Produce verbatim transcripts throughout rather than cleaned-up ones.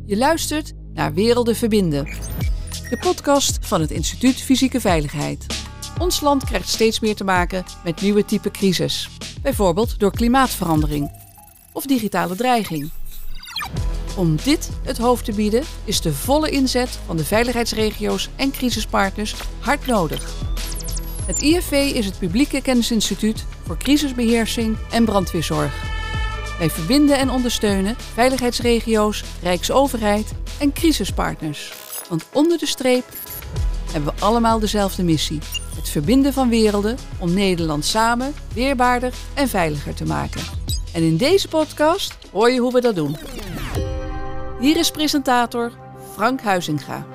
Je luistert naar Werelden Verbinden. De podcast van het Instituut Fysieke Veiligheid. Ons land krijgt steeds meer te maken met nieuwe typen crisis. Bijvoorbeeld door klimaatverandering of digitale dreiging. Om dit het hoofd te bieden is de volle inzet van de veiligheidsregio's en crisispartners hard nodig. Het I F V is het publieke kennisinstituut voor crisisbeheersing en brandweerzorg. Wij verbinden en ondersteunen veiligheidsregio's, Rijksoverheid en crisispartners. Want onder de streep hebben we allemaal dezelfde missie. Het verbinden van werelden om Nederland samen weerbaarder en veiliger te maken. En in deze podcast hoor je hoe we dat doen. Hier is presentator Frank Huizinga.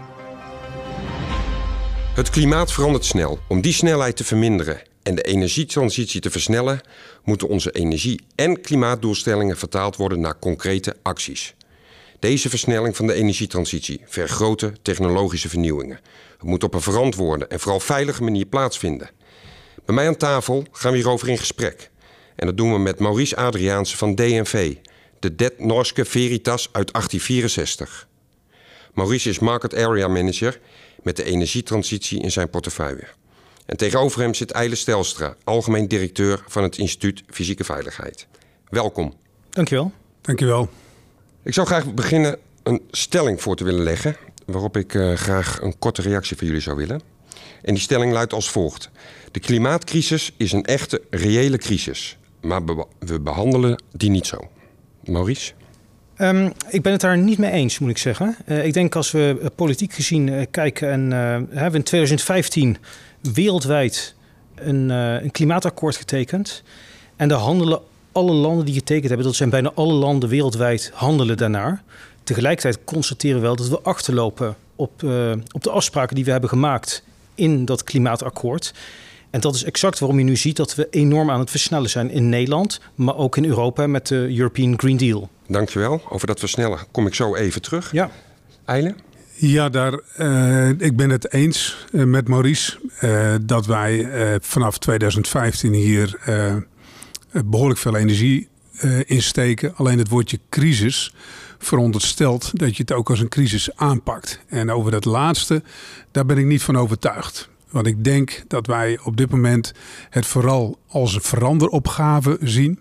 Het klimaat verandert snel. Om die snelheid te verminderen en de energietransitie te versnellen, moeten onze energie- en klimaatdoelstellingen vertaald worden naar concrete acties. Deze versnelling van de energietransitie vergroot technologische vernieuwingen. Het moet op een verantwoorde en vooral veilige manier plaatsvinden. Bij mij aan tafel gaan we hierover in gesprek. En dat doen we met Maurice Adriaanse van D N V, de Det Norske Veritas uit achttien vierenzestig. Maurice is Market Area Manager met de energietransitie in zijn portefeuille. En tegenover hem zit Eile Stelstra, algemeen directeur van het Instituut Fysieke Veiligheid. Welkom. Dankjewel. Dankjewel. Ik zou graag beginnen een stelling voor te willen leggen, waarop ik uh, graag een korte reactie van jullie zou willen. En die stelling luidt als volgt. De klimaatcrisis is een echte, reële crisis, maar be- we behandelen die niet zo. Maurice? Um, ik ben het daar niet mee eens, moet ik zeggen. Uh, ik denk als we uh, politiek gezien uh, kijken en uh, hebben we in twintig vijftien wereldwijd een, uh, een klimaatakkoord getekend. En daar handelen alle landen die getekend hebben, dat zijn bijna alle landen wereldwijd, handelen daarnaar. Tegelijkertijd constateren we wel dat we achterlopen op, uh, op de afspraken die we hebben gemaakt in dat klimaatakkoord. En dat is exact waarom je nu ziet dat we enorm aan het versnellen zijn in Nederland, maar ook in Europa met de European Green Deal. Dankjewel. Over dat versnellen kom ik zo even terug. Ja. Eile? Ja, daar, uh, ik ben het eens uh, met Maurice uh, dat wij uh, vanaf twintig vijftien hier uh, behoorlijk veel energie uh, insteken. Alleen het woordje crisis veronderstelt dat je het ook als een crisis aanpakt. En over dat laatste, daar ben ik niet van overtuigd. Want ik denk dat wij op dit moment het vooral als een veranderopgave zien.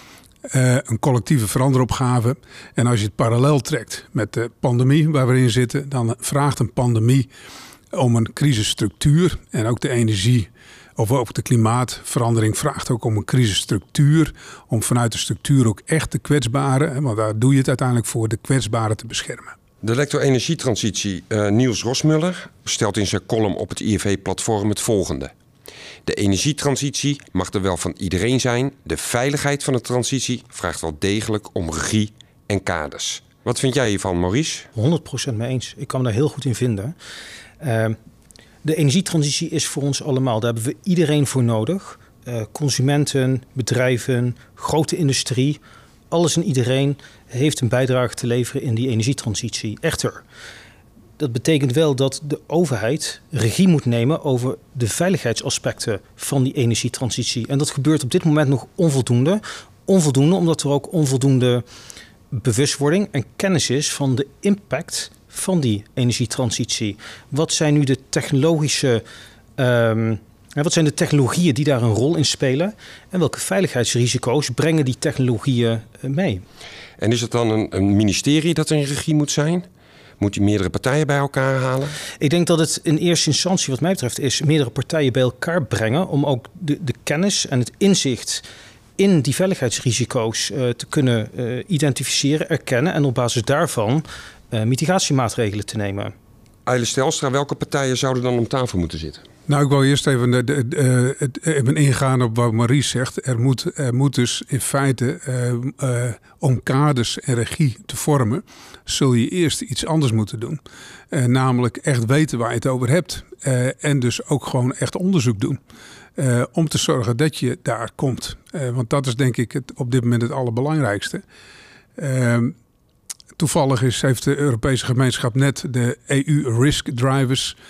Uh, een collectieve veranderopgave. En als je het parallel trekt met de pandemie waar we in zitten, dan vraagt een pandemie om een crisisstructuur. En ook de energie, of ook de klimaatverandering vraagt ook om een crisisstructuur. Om vanuit de structuur ook echt de kwetsbaren, want daar doe je het uiteindelijk voor, de kwetsbaren te beschermen. De lector energietransitie uh, Niels Rosmuller stelt in zijn column op het I F V-platform het volgende. De energietransitie mag er wel van iedereen zijn. De veiligheid van de transitie vraagt wel degelijk om regie en kaders. Wat vind jij hiervan, Maurice? honderd procent mee eens. Ik kan me daar heel goed in vinden. Uh, de energietransitie is voor ons allemaal. Daar hebben we iedereen voor nodig. Uh, consumenten, bedrijven, grote industrie. Alles en iedereen heeft een bijdrage te leveren in die energietransitie. Echter, dat betekent wel dat de overheid regie moet nemen over de veiligheidsaspecten van die energietransitie. En dat gebeurt op dit moment nog onvoldoende. Onvoldoende omdat er ook onvoldoende bewustwording en kennis is van de impact van die energietransitie. Wat zijn nu de technologische, um, wat zijn de technologieën die daar een rol in spelen? En welke veiligheidsrisico's brengen die technologieën mee? En is het dan een, een ministerie dat in regie moet zijn? Moet je meerdere partijen bij elkaar halen? Ik denk dat het in eerste instantie wat mij betreft is meerdere partijen bij elkaar brengen om ook de, de kennis en het inzicht in die veiligheidsrisico's uh, te kunnen uh, identificeren, erkennen en op basis daarvan uh, mitigatiemaatregelen te nemen. Eile Stelstra, welke partijen zouden dan om tafel moeten zitten? Nou, ik wil eerst even, de, de, de, het, even ingaan op wat Maurice zegt. Er moet, er moet dus in feite, uh, uh, om kaders en regie te vormen, zul je eerst iets anders moeten doen. Uh, namelijk echt weten waar je het over hebt. Uh, en dus ook gewoon echt onderzoek doen. Uh, om te zorgen dat je daar komt. Uh, want dat is denk ik het, op dit moment het allerbelangrijkste. Uh, toevallig is, heeft de Europese gemeenschap net de E U Risk Drivers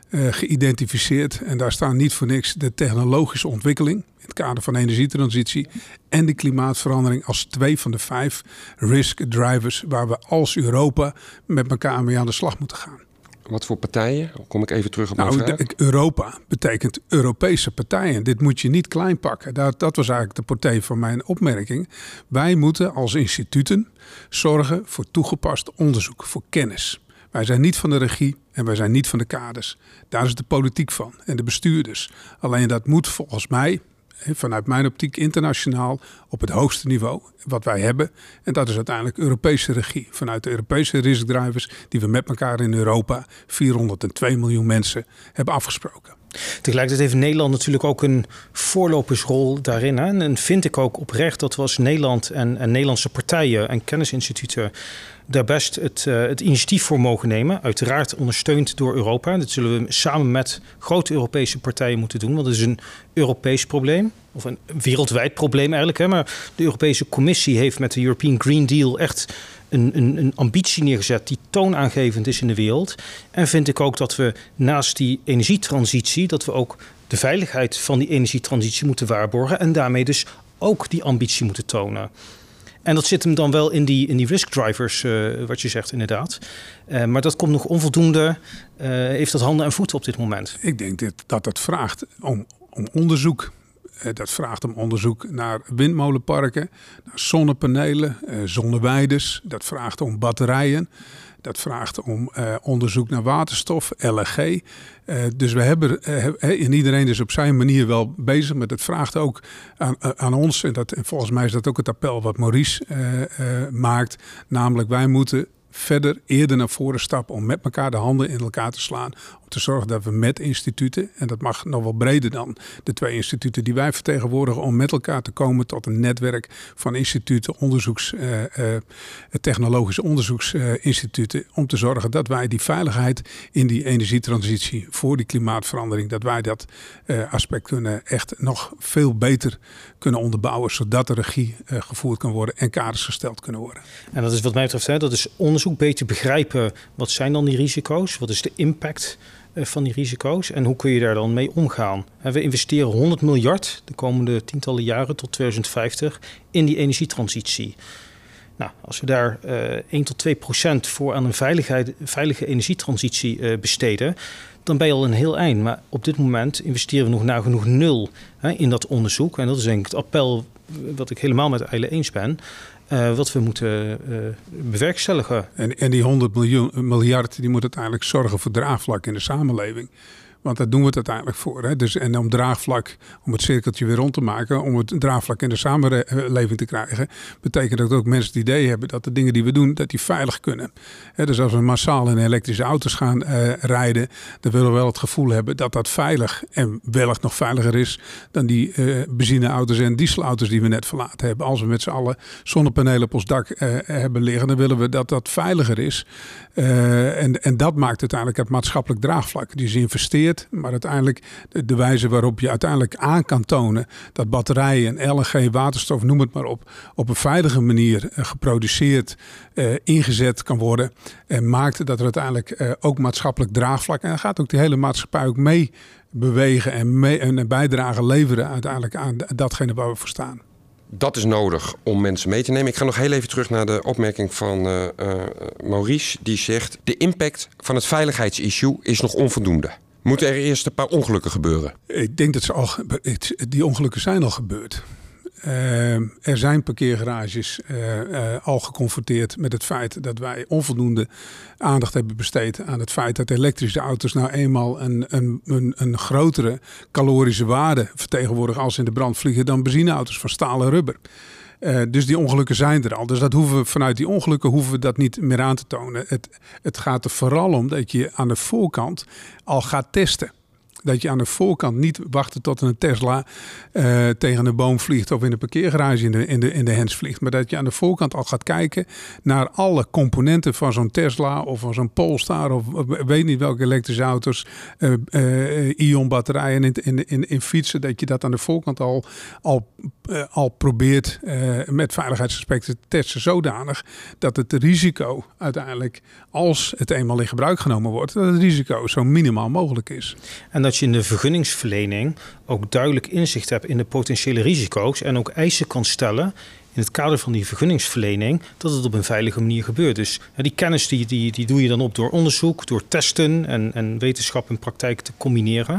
uh, geïdentificeerd. En daar staan niet voor niks de technologische ontwikkeling in het kader van energietransitie en de klimaatverandering als twee van de vijf risk drivers waar we als Europa met elkaar mee aan de slag moeten gaan. Wat voor partijen? Kom ik even terug op nou, mijn vraag. De, Europa betekent Europese partijen. Dit moet je niet klein pakken. Dat, dat was eigenlijk de portée van mijn opmerking. Wij moeten als instituten zorgen voor toegepast onderzoek, voor kennis. Wij zijn niet van de regie en wij zijn niet van de kaders. Daar is de politiek van en de bestuurders. Alleen dat moet volgens mij, vanuit mijn optiek internationaal, op het hoogste niveau wat wij hebben. En dat is uiteindelijk Europese regie. Vanuit de Europese riskdrivers die we met elkaar in Europa, vierhonderdtwee miljoen mensen, hebben afgesproken. Tegelijkertijd heeft Nederland natuurlijk ook een voorlopersrol daarin. Hè? En vind ik ook oprecht dat we als Nederland en, en Nederlandse partijen en kennisinstituten daar best het, uh, het initiatief voor mogen nemen. Uiteraard ondersteund door Europa. Dat zullen we samen met grote Europese partijen moeten doen. Want het is een Europees probleem. Of een wereldwijd probleem eigenlijk. Hè? Maar de Europese Commissie heeft met de European Green Deal echt een, een, een ambitie neergezet die toonaangevend is in de wereld. En vind ik ook dat we naast die energietransitie, dat we ook de veiligheid van die energietransitie moeten waarborgen. En daarmee dus ook die ambitie moeten tonen. En dat zit hem dan wel in die, in die risk drivers, uh, wat je zegt inderdaad. Uh, maar dat komt nog onvoldoende. Uh, heeft dat handen en voeten op dit moment? Ik denk dit, dat het vraagt om, om onderzoek. Uh, dat vraagt om onderzoek naar windmolenparken, naar zonnepanelen, uh, zonneweiders. Dat vraagt om batterijen. Dat vraagt om uh, onderzoek naar waterstof, L N G. Uh, dus we hebben, uh, en iedereen is op zijn manier wel bezig, maar dat vraagt ook aan, uh, aan ons. En, dat, en volgens mij is dat ook het appel wat Maurice uh, uh, maakt. Namelijk, wij moeten verder eerder naar voren stappen om met elkaar de handen in elkaar te slaan. Om te zorgen dat we met instituten, en dat mag nog wel breder dan de twee instituten die wij vertegenwoordigen, om met elkaar te komen tot een netwerk van instituten, onderzoeks, uh, uh, technologische onderzoeksinstituten, uh, om te zorgen dat wij die veiligheid in die energietransitie voor die klimaatverandering, dat wij dat uh, aspect kunnen echt nog veel beter kunnen onderbouwen, zodat de regie uh, gevoerd kan worden en kaders gesteld kunnen worden. En dat is wat mij betreft, hè, dat is onderzoek, beter begrijpen wat zijn dan die risico's, wat is de impact van die risico's en hoe kun je daar dan mee omgaan. We investeren honderd miljard de komende tientallen jaren tot tweeduizend vijftig in die energietransitie. Nou, als we daar uh, één tot twee procent voor aan een veiligheid, veilige energietransitie uh, besteden, dan ben je al een heel eind. Maar op dit moment investeren we nog nagenoeg nul hè, in dat onderzoek. En dat is denk ik het appel wat ik helemaal met Eile eens ben. Uh, wat we moeten uh, bewerkstelligen. En, en die honderd miljoen, miljard die moet uiteindelijk zorgen voor draagvlak in de samenleving. Want daar doen we het uiteindelijk voor. Hè? Dus, en om draagvlak, om het cirkeltje weer rond te maken, om het draagvlak in de samenleving te krijgen, betekent dat ook mensen het idee hebben dat de dingen die we doen, dat die veilig kunnen. Hè? Dus als we massaal in elektrische auto's gaan uh, rijden, dan willen we wel het gevoel hebben dat dat veilig en wellicht nog veiliger is dan die uh, benzineauto's en dieselauto's die we net verlaten hebben. Als we met z'n allen zonnepanelen op ons dak uh, hebben liggen, dan willen we dat dat veiliger is. Uh, en, en dat maakt uiteindelijk het maatschappelijk draagvlak. Dus je investeert, maar uiteindelijk de, de wijze waarop je uiteindelijk aan kan tonen dat batterijen, L N G, waterstof, noem het maar op, op een veilige manier uh, geproduceerd, uh, ingezet kan worden. En maakt dat er uiteindelijk uh, ook maatschappelijk draagvlak, en dan gaat ook die hele maatschappij ook mee bewegen en, mee, en een bijdrage leveren uiteindelijk aan datgene waar we voor staan. Dat is nodig om mensen mee te nemen. Ik ga nog heel even terug naar de opmerking van uh, uh, Maurice. Die zegt, de impact van het veiligheidsissue is nog onvoldoende. Moeten er eerst een paar ongelukken gebeuren? Ik denk dat ze al, die ongelukken zijn al gebeurd. Uh, er zijn parkeergarages uh, uh, al geconfronteerd met het feit dat wij onvoldoende aandacht hebben besteed aan het feit dat elektrische auto's nou eenmaal een, een, een, een grotere calorische waarde vertegenwoordigen als in de brand vliegen dan benzineauto's van staal en rubber. Uh, dus die ongelukken zijn er al. Dus dat hoeven we, vanuit die ongelukken hoeven we dat niet meer aan te tonen. Het, het gaat er vooral om dat je aan de voorkant al gaat testen. Dat je aan de voorkant niet wacht tot een Tesla uh, tegen een boom vliegt of in de parkeergarage in de, in, de, in de hens vliegt. Maar dat je aan de voorkant al gaat kijken naar alle componenten van zo'n Tesla of van zo'n Polestar of weet niet welke elektrische auto's, uh, uh, ion-batterijen in, in, in, in fietsen. Dat je dat aan de voorkant al, al, uh, al probeert uh, met veiligheidsaspecten te testen zodanig dat het risico uiteindelijk, als het eenmaal in gebruik genomen wordt, dat het risico zo minimaal mogelijk is. En dat je in de vergunningsverlening ook duidelijk inzicht hebt in de potentiële risico's en ook eisen kan stellen in het kader van die vergunningsverlening dat het op een veilige manier gebeurt. Dus ja, die kennis die, die, die doe je dan op door onderzoek, door testen en, en wetenschap en praktijk te combineren.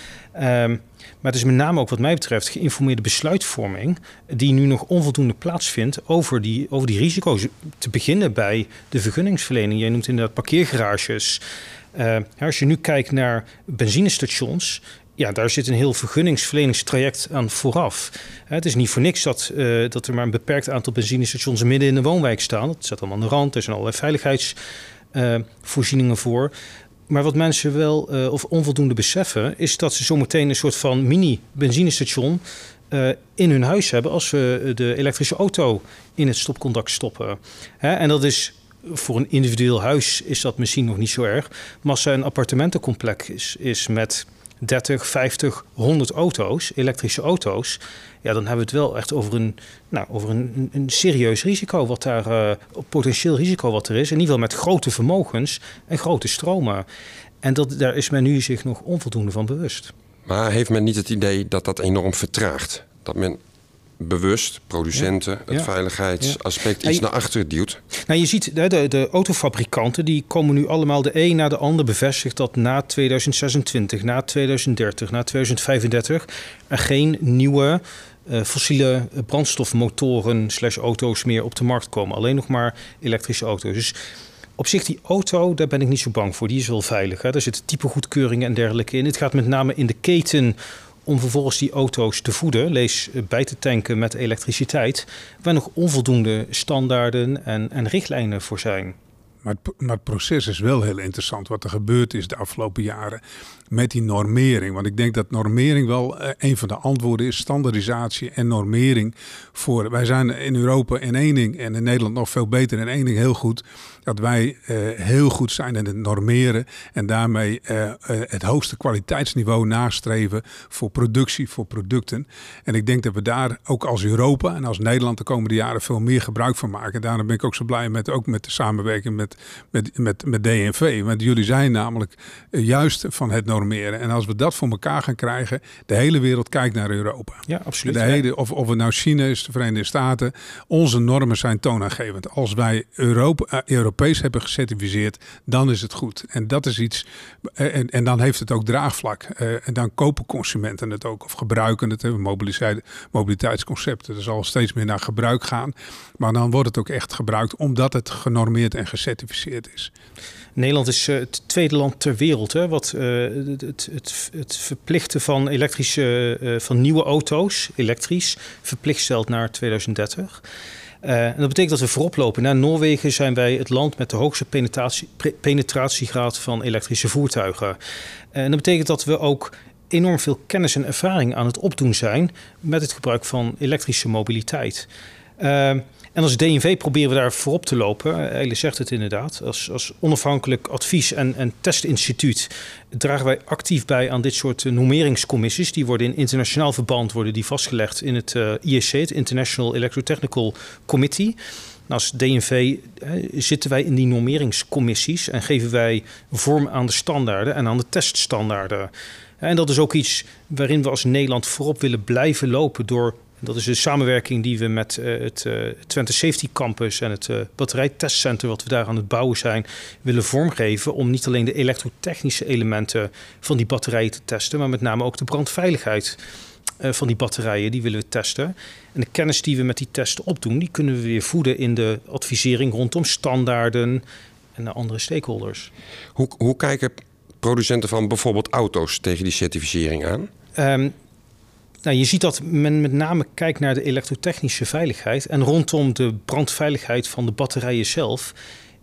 Um, maar het is met name ook wat mij betreft geïnformeerde besluitvorming die nu nog onvoldoende plaatsvindt over die, over die risico's. Te beginnen bij de vergunningsverlening. Jij noemt inderdaad parkeergarages. Uh, als je nu kijkt naar benzinestations, ja, daar zit een heel vergunningsverleningstraject aan vooraf. Uh, het is niet voor niks dat, uh, dat er maar een beperkt aantal benzinestations midden in de woonwijk staan. Dat staat allemaal aan de rand, er zijn allerlei veiligheidsvoorzieningen uh, voor. Maar wat mensen wel uh, of onvoldoende beseffen, is dat ze zometeen een soort van mini-benzinestation uh, in hun huis hebben als we de elektrische auto in het stopcontact stoppen. Hè? En dat is voor een individueel huis is dat misschien nog niet zo erg. Maar als er een appartementencomplex is, is met dertig, vijftig, honderd auto's, elektrische auto's, ja, dan hebben we het wel echt over een, nou, over een, een serieus risico wat daar, uh, potentieel risico wat er is. In ieder geval met grote vermogens en grote stromen. En dat, daar is men nu zich nog onvoldoende van bewust. Maar heeft men niet het idee dat dat enorm vertraagt? Dat men bewust producenten ja, het ja, veiligheidsaspect ja. iets naar achter duwt? Nou, je ziet, de, de autofabrikanten die komen nu allemaal de een na de ander bevestigt dat na tweeduizend zesentwintig, na tweeduizend dertig, na tweeduizend vijfendertig er geen nieuwe uh, fossiele brandstofmotoren slash auto's meer op de markt komen. Alleen nog maar elektrische auto's. Dus op zich, die auto, daar ben ik niet zo bang voor. Die is wel veilig. Hè? Daar zitten typegoedkeuringen en dergelijke in. Het gaat met name in de keten om vervolgens die auto's te voeden, lees bij te tanken met elektriciteit, waar nog onvoldoende standaarden en, en richtlijnen voor zijn. Maar het, maar het proces is wel heel interessant wat er gebeurd is de afgelopen jaren met die normering. Want ik denk dat normering wel uh, een van de antwoorden is, standaardisatie en normering. Voor, wij zijn in Europa in één ding en in Nederland nog veel beter in één ding heel goed. Dat wij uh, heel goed zijn in het normeren en daarmee uh, uh, het hoogste kwaliteitsniveau nastreven voor productie, voor producten. En ik denk dat we daar ook als Europa en als Nederland de komende jaren veel meer gebruik van maken. Daarom ben ik ook zo blij met, ook met de samenwerking met, met, met, met D N V. Want jullie zijn namelijk uh, juist van het normeren. En als we dat voor elkaar gaan krijgen, de hele wereld kijkt naar Europa. Ja, absoluut. De hele, of, of het nou China is, de Verenigde Staten. Onze normen zijn toonaangevend. Als wij Europa, uh, Europees hebben gecertificeerd, dan is het goed. En dat is iets. Uh, en, en dan heeft het ook draagvlak. Uh, en dan kopen consumenten het ook of gebruiken het. Uh, mobiliteit, mobiliteitsconcepten. Er zal steeds meer naar gebruik gaan. Maar dan wordt het ook echt gebruikt omdat het genormeerd en gecertificeerd is. Nederland is uh, het tweede land ter wereld, hè, wat uh, het, het, het verplichten van elektrische, uh, van nieuwe auto's, elektrisch, verplicht stelt naar tweeduizend dertig. Uh, en dat betekent dat we voorop lopen. Na Noorwegen zijn wij het land met de hoogste penetratie, penetratiegraad van elektrische voertuigen. Uh, en dat betekent dat we ook enorm veel kennis en ervaring aan het opdoen zijn met het gebruik van elektrische mobiliteit. Uh, En als D N V proberen we daar voorop te lopen. Eile zegt het inderdaad. Als, als onafhankelijk advies- en, en testinstituut dragen wij actief bij aan dit soort normeringscommissies. Die worden in internationaal verband worden die vastgelegd in het uh, I E C, het International Electrotechnical Committee. En als D N V eh, zitten wij in die normeringscommissies en geven wij vorm aan de standaarden en aan de teststandaarden. En dat is ook iets waarin we als Nederland voorop willen blijven lopen door. Dat is de samenwerking die we met uh, het uh, Twente Safety Campus en het uh, batterijtestcenter wat we daar aan het bouwen zijn, willen vormgeven om niet alleen de elektrotechnische elementen van die batterijen te testen, maar met name ook de brandveiligheid uh, van die batterijen, die willen we testen. En de kennis die we met die testen opdoen, die kunnen we weer voeden in de advisering rondom standaarden en de andere stakeholders. Hoe, hoe kijken producenten van bijvoorbeeld auto's tegen die certificering aan? Um, Nou, je ziet dat men met name kijkt naar de elektrotechnische veiligheid. En rondom de brandveiligheid van de batterijen zelf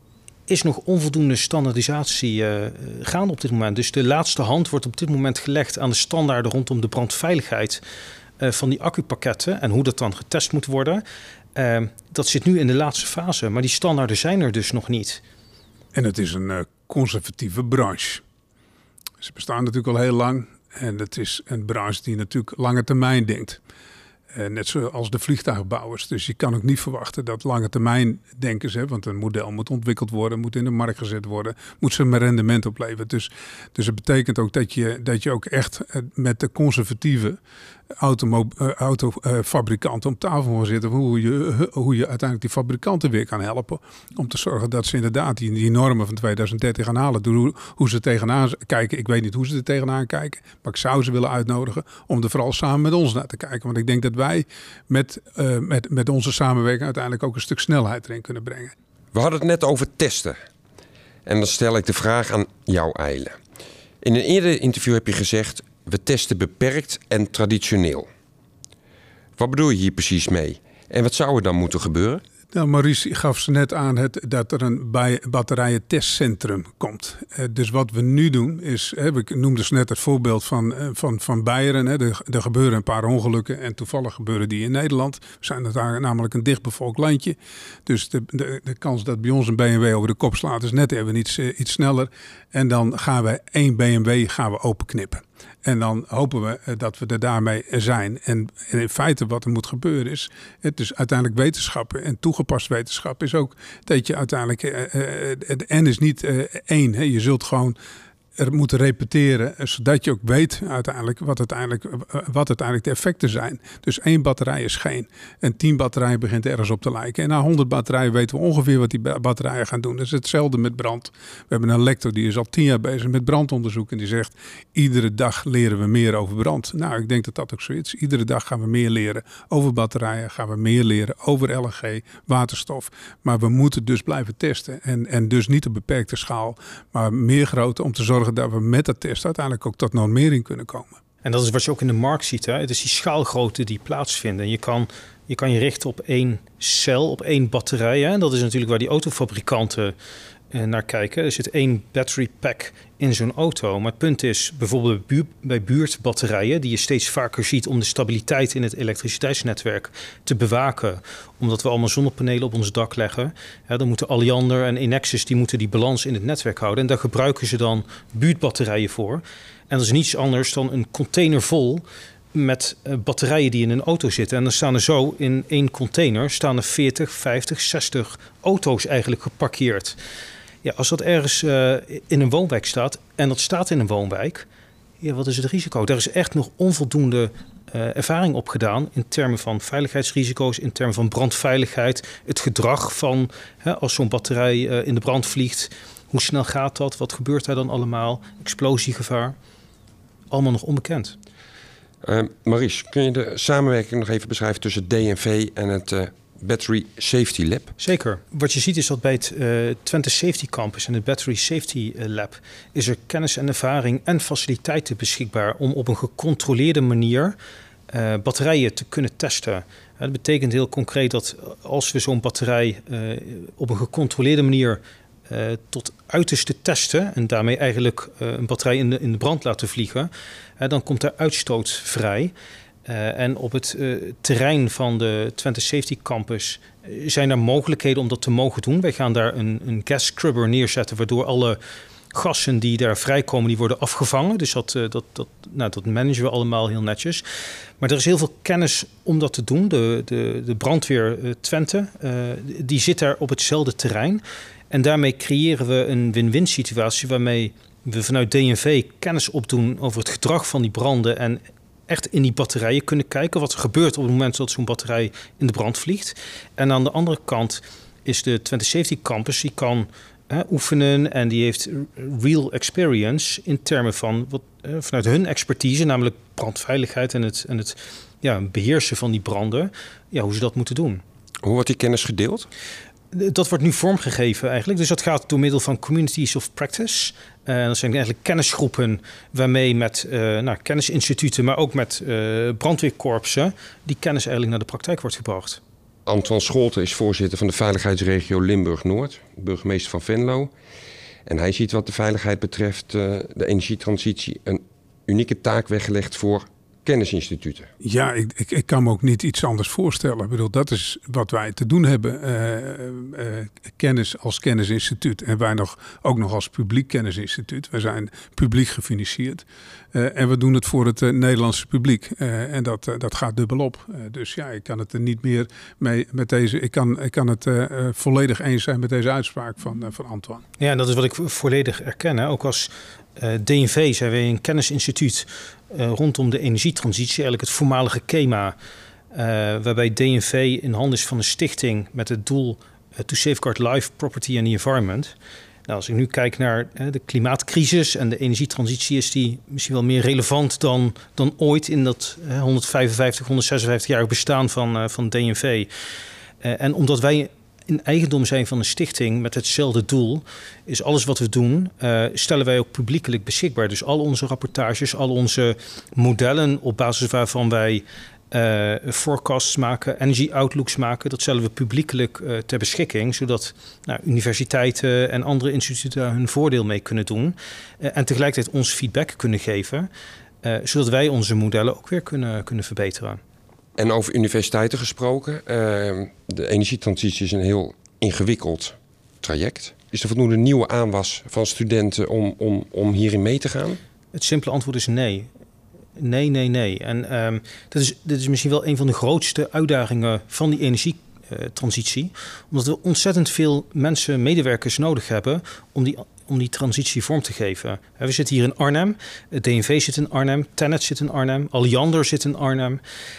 is nog onvoldoende standaardisatie uh, gaande op dit moment. Dus de laatste hand wordt op dit moment gelegd aan de standaarden rondom de brandveiligheid uh, van die accupakketten en hoe dat dan getest moet worden. Uh, dat zit nu in de laatste fase, maar die standaarden zijn er dus nog niet. En het is een uh, conservatieve branche. Ze bestaan natuurlijk al heel lang en het is een branche die natuurlijk lange termijn denkt. Uh, net zoals de vliegtuigbouwers. Dus je kan ook niet verwachten dat lange termijn denken ze. Want een model moet ontwikkeld worden, moet in de markt gezet worden, moet ze een rendement opleveren. Dus, dus het betekent ook dat je, dat je ook echt met de conservatieve autofabrikanten om tafel gaan zitten. Hoe je, hoe je uiteindelijk die fabrikanten weer kan helpen. Om te zorgen dat ze inderdaad die, die normen van twintig dertig gaan halen. Door hoe, hoe ze tegenaan kijken. Ik weet niet hoe ze er tegenaan kijken. Maar ik zou ze willen uitnodigen om er vooral samen met ons naar te kijken. Want ik denk dat wij met, uh, met, met onze samenwerking uiteindelijk ook een stuk snelheid erin kunnen brengen. We hadden het net over testen. En dan stel ik de vraag aan jou, Eile. In een eerder interview heb je gezegd: we testen beperkt en traditioneel. Wat bedoel je hier precies mee? En wat zou er dan moeten gebeuren? Nou, Maurice gaf ze net aan het, dat er een batterijen testcentrum komt. Uh, dus wat we nu doen is, hè, ik noemde dus net het voorbeeld van, uh, van, van Beieren. Hè. Er, er gebeuren een paar ongelukken en toevallig gebeuren die in Nederland. We zijn daar namelijk een dichtbevolkt landje. Dus de, de, de kans dat bij ons een B M W over de kop slaat is net even iets, uh, iets sneller. En dan gaan we één B M W gaan we openknippen. En dan hopen we dat we er daarmee zijn. En, en in feite wat er moet gebeuren is, het is uiteindelijk wetenschap en toegepast wetenschap is ook dat je uiteindelijk, uh, het N is niet uh, één. Hè. Je zult gewoon er moeten repeteren, zodat je ook weet uiteindelijk wat uiteindelijk, wat uiteindelijk de effecten zijn. Dus één batterij is geen. En tien batterijen begint ergens op te lijken. En na honderd batterijen weten we ongeveer wat die batterijen gaan doen. Dat is hetzelfde met brand. We hebben een lector die is al tien jaar bezig met brandonderzoek. En die zegt, iedere dag leren we meer over brand. Nou, ik denk dat dat ook zo is. Iedere dag gaan we meer leren over batterijen. Gaan we meer leren over L N G, waterstof. Maar we moeten dus blijven testen. En, en dus niet op beperkte schaal, maar meer grote om te zorgen dat we met dat test uiteindelijk ook tot normering kunnen komen. En dat is wat je ook in de markt ziet. Hè? Het is die schaalgrootte die plaatsvinden. Je kan, je kan je richten op één cel, op één batterij. Hè? En dat is natuurlijk waar die autofabrikanten eh, naar kijken. Er zit één battery pack in zo'n auto. Maar het punt is, bijvoorbeeld bij, buur, bij buurtbatterijen, die je steeds vaker ziet om de stabiliteit in het elektriciteitsnetwerk te bewaken, omdat we allemaal zonnepanelen op ons dak leggen. Ja, dan moeten Alliander en Enexis die moeten die balans in het netwerk houden. En daar gebruiken ze dan buurtbatterijen voor. En dat is niets anders dan een container vol met uh, batterijen die in een auto zitten. En dan staan er zo in één container staan er veertig, vijftig, zestig auto's eigenlijk geparkeerd. Ja, als dat ergens uh, in een woonwijk staat en dat staat in een woonwijk, ja, wat is het risico? Daar is echt nog onvoldoende uh, ervaring op gedaan in termen van veiligheidsrisico's, in termen van brandveiligheid, het gedrag van hè, als zo'n batterij uh, in de brand vliegt, hoe snel gaat dat? Wat gebeurt daar dan allemaal? Explosiegevaar? Allemaal nog onbekend. Uh, Maurice, kun je de samenwerking nog even beschrijven tussen D N V en het uh, Battery Safety Lab? Zeker. Wat je ziet is dat bij het uh, Twente Safety Campus en het Battery Safety Lab is er kennis en ervaring en faciliteiten beschikbaar om op een gecontroleerde manier uh, batterijen te kunnen testen. Uh, dat betekent heel concreet dat als we zo'n batterij uh, op een gecontroleerde manier Uh, tot uiterste testen en daarmee eigenlijk uh, een batterij in de, in de brand laten vliegen, uh, dan komt er uitstoot vrij. Uh, en op het uh, terrein van de Twente Safety Campus uh, zijn er mogelijkheden om dat te mogen doen. Wij gaan daar een, een gas scrubber neerzetten, waardoor alle gassen die daar vrijkomen, die worden afgevangen. Dus dat, uh, dat, dat, nou, dat managen we allemaal heel netjes. Maar er is heel veel kennis om dat te doen. De, de, de brandweer uh, Twente, uh, die zit daar op hetzelfde terrein. En daarmee creëren we een win-win situatie waarmee we vanuit D N V kennis opdoen over het gedrag van die branden en echt in die batterijen kunnen kijken wat er gebeurt op het moment dat zo'n batterij in de brand vliegt. En aan de andere kant is de Twente Safety Campus, die kan hè, oefenen en die heeft real experience in termen van wat, eh, vanuit hun expertise, namelijk brandveiligheid en het, en het ja, beheersen van die branden, ja, hoe ze dat moeten doen. Hoe wordt die kennis gedeeld? Dat wordt nu vormgegeven eigenlijk. Dus dat gaat door middel van communities of practice. Uh, dat zijn eigenlijk kennisgroepen waarmee met uh, nou, kennisinstituten, maar ook met uh, brandweerkorpsen, die kennis eigenlijk naar de praktijk wordt gebracht. Antoine Scholten is voorzitter van de veiligheidsregio Limburg-Noord, burgemeester van Venlo. En hij ziet wat de veiligheid betreft uh, de energietransitie een unieke taak weggelegd voor kennisinstituten. Ja, ik, ik, ik kan me ook niet iets anders voorstellen. Ik bedoel, dat is wat wij te doen hebben. Uh, uh, kennis als kennisinstituut. En wij nog, ook nog als publiek kennisinstituut. Wij zijn publiek gefinancierd. Uh, en we doen het voor het uh, Nederlandse publiek. Uh, en dat, uh, dat gaat dubbelop. Uh, dus ja, ik kan het er niet meer mee met deze. Ik kan, ik kan het uh, uh, volledig eens zijn met deze uitspraak van, uh, van Antoine. Ja, en dat is wat ik volledig erken. Hè. Ook als uh, D N V zijn wij een kennisinstituut uh, rondom de energietransitie. Eigenlijk het voormalige KEMA. Uh, waarbij D N V in handen is van een stichting met het doel uh, to safeguard life, property and the environment. Nou, als ik nu kijk naar uh, de klimaatcrisis en de energietransitie, is die misschien wel meer relevant dan, dan ooit in dat uh, honderdvijfenvijftig, honderdzesenvijftig-jarig bestaan van, uh, van D N V. Uh, en omdat wij in eigendom zijn van een stichting met hetzelfde doel, is alles wat we doen, uh, stellen wij ook publiekelijk beschikbaar. Dus al onze rapportages, al onze modellen op basis waarvan wij uh, forecasts maken, energy outlooks maken, dat stellen we publiekelijk uh, ter beschikking, zodat nou, universiteiten en andere instituten daar hun voordeel mee kunnen doen. Uh, en tegelijkertijd ons feedback kunnen geven, uh, zodat wij onze modellen ook weer kunnen, kunnen verbeteren. En over universiteiten gesproken, uh, de energietransitie is een heel ingewikkeld traject. Is er voldoende nieuwe aanwas van studenten om, om, om hierin mee te gaan? Het simpele antwoord is nee. Nee, nee, nee. En um, dat is, dit is misschien wel een van de grootste uitdagingen van die energietransitie. Omdat we ontzettend veel mensen, medewerkers nodig hebben om die, om die transitie vorm te geven. We zitten hier in Arnhem, het D N V zit in Arnhem, TenneT zit in Arnhem, Alliander zit in Arnhem.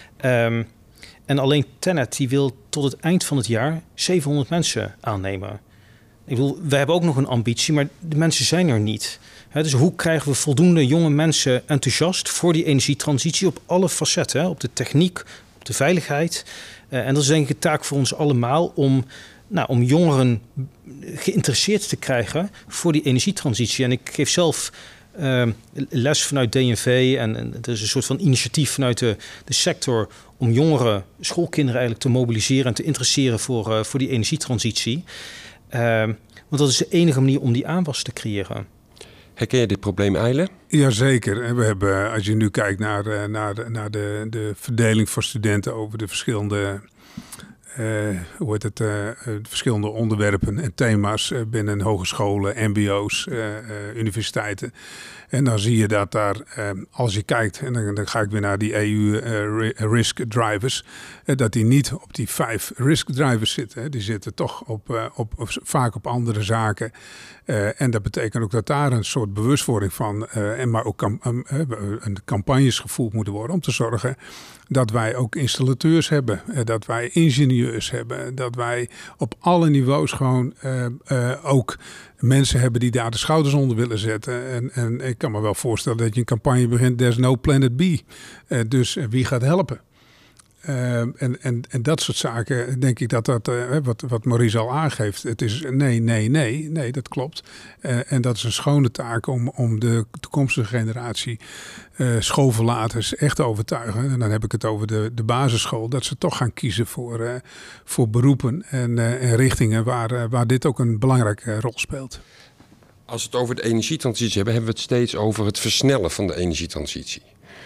Um, en alleen TenneT die wil tot het eind van het jaar zevenhonderd mensen aannemen. Ik bedoel, wij hebben ook nog een ambitie, maar de mensen zijn er niet. He, dus hoe krijgen we voldoende jonge mensen enthousiast voor die energietransitie op alle facetten? Hè? Op de techniek, op de veiligheid. Uh, en dat is denk ik een taak voor ons allemaal om, nou, om jongeren geïnteresseerd te krijgen voor die energietransitie. En ik geef zelf uh, les vanuit D N V en, en er is een soort van initiatief vanuit de, de sector om jongeren, schoolkinderen eigenlijk te mobiliseren en te interesseren voor, uh, voor die energietransitie. Uh, want dat is de enige manier om die aanwas te creëren. Herken je dit probleem, Eile? Jazeker. We hebben, als je nu kijkt naar, naar, naar de, de verdeling van studenten over de verschillende, uh, hoe heet het, uh, de verschillende onderwerpen en thema's binnen hogescholen, mbo's, uh, uh, universiteiten. En dan zie je dat daar, uh, als je kijkt, en dan, dan ga ik weer naar die E U uh, risk drivers, uh, dat die niet op die vijf risk drivers zitten. Hè. Die zitten toch op, uh, op, op, vaak op andere zaken. Uh, en dat betekent ook dat daar een soort bewustwording van, uh, en maar ook kam- um, uh, een campagnes gevoerd moeten worden om te zorgen dat wij ook installateurs hebben, uh, dat wij ingenieurs hebben, dat wij op alle niveaus gewoon uh, uh, ook mensen hebben die daar de schouders onder willen zetten. En, en ik kan me wel voorstellen dat je een campagne begint, there's no planet B. Uh, dus uh, wie gaat helpen? Uh, en, en, en dat soort zaken, denk ik dat dat, uh, wat, wat Maurice al aangeeft, het is nee, nee, nee, nee, dat klopt. Uh, en dat is een schone taak om, om de toekomstige generatie uh, schoolverlaters echt te overtuigen. En dan heb ik het over de, de basisschool, dat ze toch gaan kiezen voor, uh, voor beroepen en, uh, en richtingen waar, uh, waar dit ook een belangrijke uh, rol speelt. Als we het over de energietransitie hebben, hebben we het steeds over het versnellen van de energietransitie.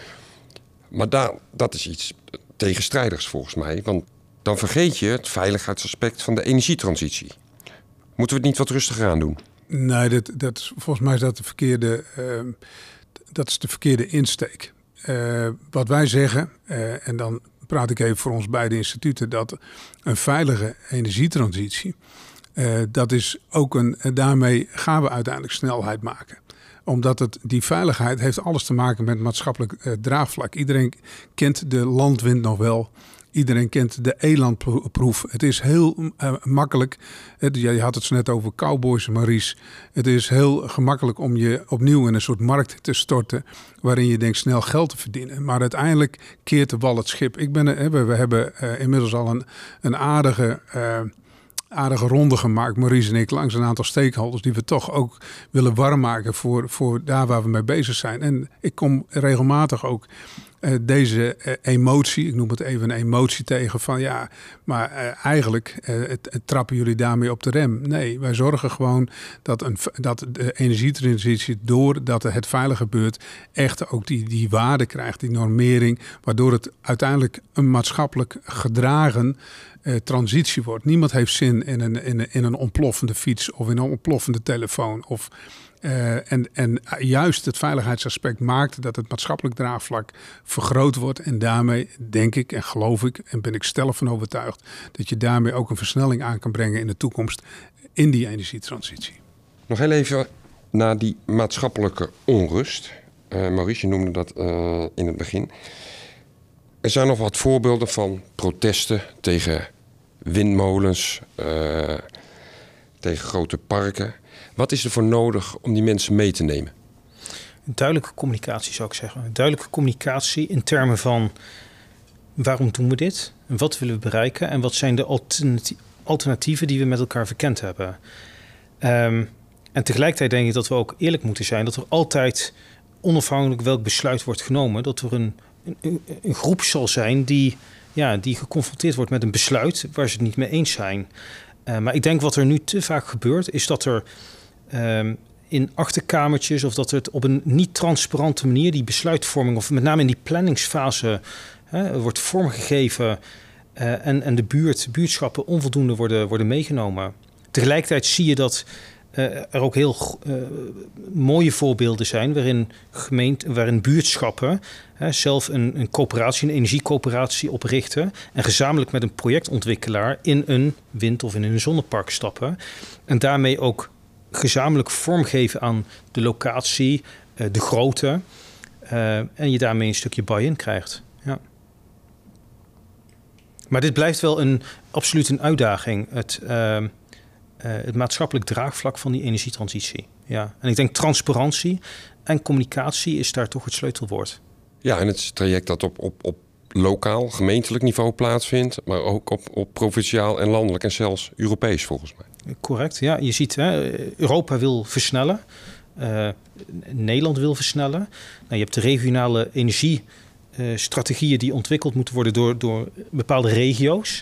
Maar daar, dat is iets tegenstrijdigs volgens mij, want dan vergeet je het veiligheidsaspect van de energietransitie. Moeten we het niet wat rustiger aan doen? Nee, dat, dat, volgens mij is dat de verkeerde, uh, dat is de verkeerde insteek. Uh, wat wij zeggen, uh, en dan praat ik even voor ons beide instituten, dat een veilige energietransitie, uh, dat is ook een, uh, daarmee gaan we uiteindelijk snelheid maken. Omdat het, die veiligheid heeft alles te maken met maatschappelijk uh, draagvlak. Iedereen kent de landwind nog wel. Iedereen kent de elandproef. Het is heel uh, makkelijk. Uh, je had het zo net over cowboys, Maurice. Het is heel gemakkelijk om je opnieuw in een soort markt te storten, waarin je denkt snel geld te verdienen. Maar uiteindelijk keert de wal het schip. Ik ben, uh, we, we hebben uh, inmiddels al een, een aardige... Uh, aardige ronde gemaakt, Maurice en ik, langs een aantal stakeholders die we toch ook willen warm maken voor, voor daar waar we mee bezig zijn. En ik kom regelmatig ook uh, deze uh, emotie, ik noem het even een emotie tegen van ja, maar uh, eigenlijk uh, het, het trappen jullie daarmee op de rem. Nee, wij zorgen gewoon dat, een, dat de energietransitie, doordat het veilig gebeurt, echt ook die, die waarde krijgt, die normering, waardoor het uiteindelijk een maatschappelijk gedragen uh, transitie wordt. Niemand heeft zin in een, in, een, in een ontploffende fiets of in een ontploffende telefoon of Uh, en, en juist het veiligheidsaspect maakt dat het maatschappelijk draagvlak vergroot wordt. En daarmee denk ik en geloof ik en ben ik stellig van overtuigd dat je daarmee ook een versnelling aan kan brengen in de toekomst in die energietransitie. Nog heel even naar die maatschappelijke onrust. Uh, Maurice, je noemde dat uh, in het begin. Er zijn nog wat voorbeelden van protesten tegen windmolens, uh, tegen grote parken. Wat is er voor nodig om die mensen mee te nemen? Duidelijke communicatie zou ik zeggen. Duidelijke communicatie in termen van waarom doen we dit? En wat willen we bereiken? En wat zijn de alternati- alternatieven die we met elkaar verkend hebben? Um, en tegelijkertijd denk ik dat we ook eerlijk moeten zijn. Dat er altijd, onafhankelijk welk besluit wordt genomen, dat er een, een, een groep zal zijn die, ja, die geconfronteerd wordt met een besluit waar ze het niet mee eens zijn. Uh, maar ik denk wat er nu te vaak gebeurt, is dat er Um, in achterkamertjes of dat het op een niet transparante manier die besluitvorming of met name in die planningsfase hè, wordt vormgegeven uh, en, en de buurt, buurtschappen onvoldoende worden, worden meegenomen. Tegelijkertijd zie je dat uh, er ook heel uh, mooie voorbeelden zijn waarin, gemeente, waarin buurtschappen hè, zelf een, een coöperatie, een energiecoöperatie oprichten en gezamenlijk met een projectontwikkelaar in een wind- of in een zonnepark stappen en daarmee ook gezamenlijk vormgeven aan de locatie, de grootte uh, en je daarmee een stukje buy-in krijgt. Ja. Maar dit blijft wel een, absoluut een uitdaging, het, uh, uh, het maatschappelijk draagvlak van die energietransitie. Ja. En ik denk transparantie en communicatie is daar toch het sleutelwoord. Ja, en het traject dat op, op, op lokaal, gemeentelijk niveau plaatsvindt, maar ook op, op provinciaal en landelijk en zelfs Europees volgens mij. Correct, ja. Je ziet, hè, Europa wil versnellen. Uh, Nederland wil versnellen. Nou, je hebt de regionale energiestrategieën uh, die ontwikkeld moeten worden door, door bepaalde regio's.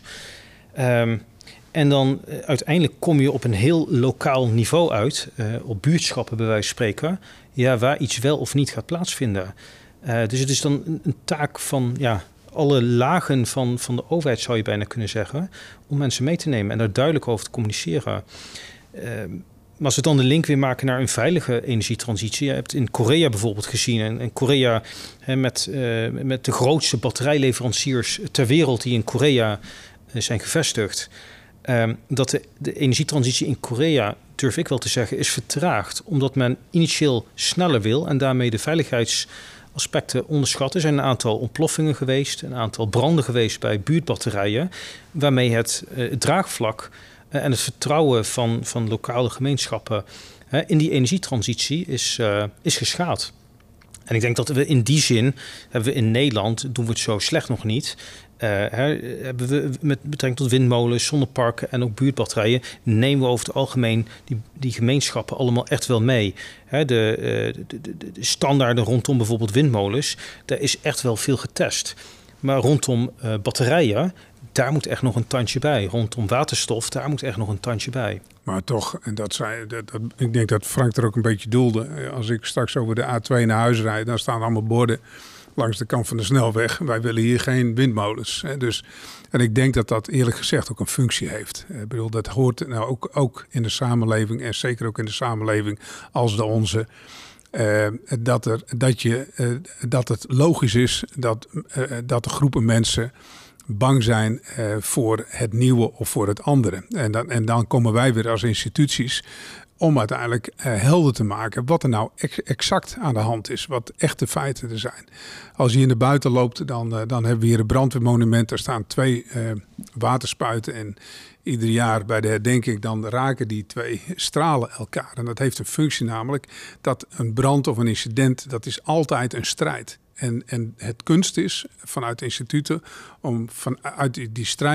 Um, en dan uh, uiteindelijk kom je op een heel lokaal niveau uit, uh, op buurtschappen bij wijze van spreken, ja, waar iets wel of niet gaat plaatsvinden. Uh, dus het is dan een, een taak van ja, alle lagen van, van de overheid, zou je bijna kunnen zeggen, om mensen mee te nemen en daar duidelijk over te communiceren. Uh, maar als we dan de link weer maken naar een veilige energietransitie. Je hebt in Korea bijvoorbeeld gezien. En, en Korea hè, met, uh, met de grootste batterijleveranciers ter wereld die in Korea uh, zijn gevestigd. Uh, dat de, de energietransitie in Korea, durf ik wel te zeggen, is vertraagd. Omdat men initieel sneller wil en daarmee de veiligheidsaspecten onderschat. Er zijn een aantal ontploffingen geweest, een aantal branden geweest bij buurtbatterijen, waarmee het, uh, het draagvlak uh, en het vertrouwen van, van lokale gemeenschappen uh, in die energietransitie is, uh, is geschaad. En ik denk dat we in die zin, hebben we in Nederland, doen we het zo slecht nog niet. Uh, hè, hebben we met betrekking tot windmolens, zonneparken en ook buurtbatterijen, nemen we over het algemeen die, die gemeenschappen allemaal echt wel mee. Hè, de, uh, de, de, de standaarden rondom bijvoorbeeld windmolens, daar is echt wel veel getest. Maar rondom uh, batterijen, daar moet echt nog een tandje bij. Rondom waterstof, daar moet echt nog een tandje bij. Maar toch, en dat zei, dat, dat, ik denk dat Frank er ook een beetje doelde. Als ik straks over de A twee naar huis rijd, dan staan allemaal borden langs de kant van de snelweg. Wij willen hier geen windmolens. Hè. Dus, en ik denk dat dat eerlijk gezegd ook een functie heeft. Ik bedoel, dat hoort nou ook, ook in de samenleving en zeker ook in de samenleving als de onze. Uh, dat, er, dat, je, uh, dat het logisch is dat, uh, dat de groepen mensen bang zijn uh, voor het nieuwe of voor het andere. En dan, en dan komen wij weer als instituties om uiteindelijk uh, helder te maken wat er nou ex- exact aan de hand is. Wat echte feiten er zijn. Als je in de buiten loopt, dan, uh, dan hebben we hier een brandweermonument. Er staan twee uh, waterspuiten en ieder jaar bij de herdenking dan raken die twee stralen elkaar. En dat heeft een functie namelijk dat een brand of een incident, dat is altijd een strijd. En, en het kunst is vanuit instituten om vanuit die, die strijd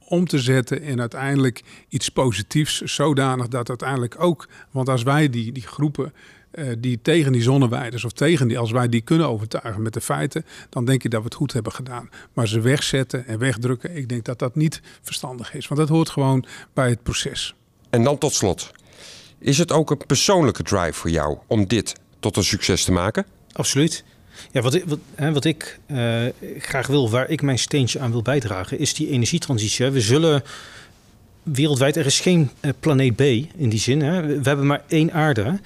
om te zetten in uiteindelijk iets positiefs. Zodanig dat uiteindelijk ook, want als wij die, die groepen uh, die tegen die zonneweiders of tegen die, als wij die kunnen overtuigen met de feiten, dan denk ik dat we het goed hebben gedaan. Maar ze wegzetten en wegdrukken, ik denk dat dat niet verstandig is. Want dat hoort gewoon bij het proces. En dan tot slot. Is het ook een persoonlijke drive voor jou om dit tot een succes te maken? Absoluut. Ja, wat ik, wat, hè, wat ik uh, graag wil, waar ik mijn steentje aan wil bijdragen, is die energietransitie. We zullen wereldwijd, er is geen uh, planeet B in die zin. Hè. We hebben maar één aarde. Um,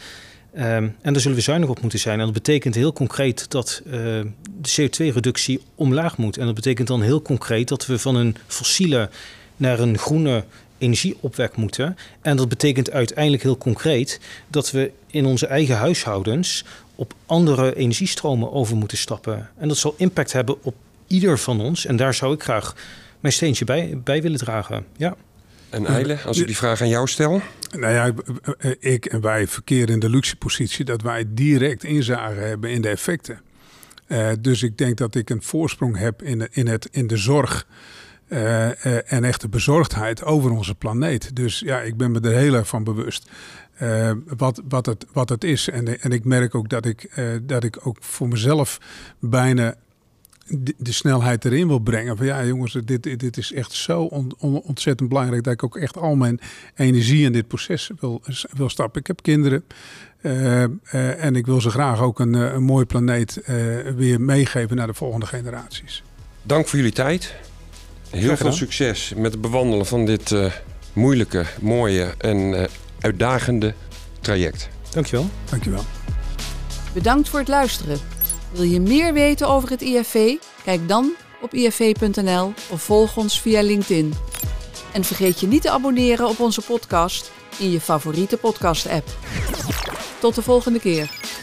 en daar zullen we zuinig op moeten zijn. En dat betekent heel concreet dat uh, de C O twee reductie omlaag moet. En dat betekent dan heel concreet dat we van een fossiele naar een groene energieopwek moeten. En dat betekent uiteindelijk heel concreet dat we in onze eigen huishoudens op andere energiestromen over moeten stappen. En dat zal impact hebben op ieder van ons. En daar zou ik graag mijn steentje bij, bij willen dragen. Ja. En Eile, als ik die vraag aan jou stel? Nou ja, ik en wij verkeren in de luxe positie dat wij direct inzage hebben in de effecten. Uh, dus ik denk dat ik een voorsprong heb in de, in het, in de zorg Uh, uh, en echte bezorgdheid over onze planeet. Dus ja, ik ben me er heel erg van bewust uh, wat, wat, het, wat het is. En, en ik merk ook dat ik, uh, dat ik ook voor mezelf bijna de, de snelheid erin wil brengen. Van ja jongens, dit, dit is echt zo on, on, ontzettend belangrijk dat ik ook echt al mijn energie in dit proces wil, wil stappen. Ik heb kinderen uh, uh, en ik wil ze graag ook een, een mooie planeet uh, weer meegeven naar de volgende generaties. Dank voor jullie tijd. Heel veel succes met het bewandelen van dit uh, moeilijke, mooie en uh, uitdagende traject. Dankjewel. Dankjewel. Bedankt voor het luisteren. Wil je meer weten over het I F V? Kijk dan op I F V punt N L of volg ons via LinkedIn. En vergeet je niet te abonneren op onze podcast in je favoriete podcast-app. Tot de volgende keer.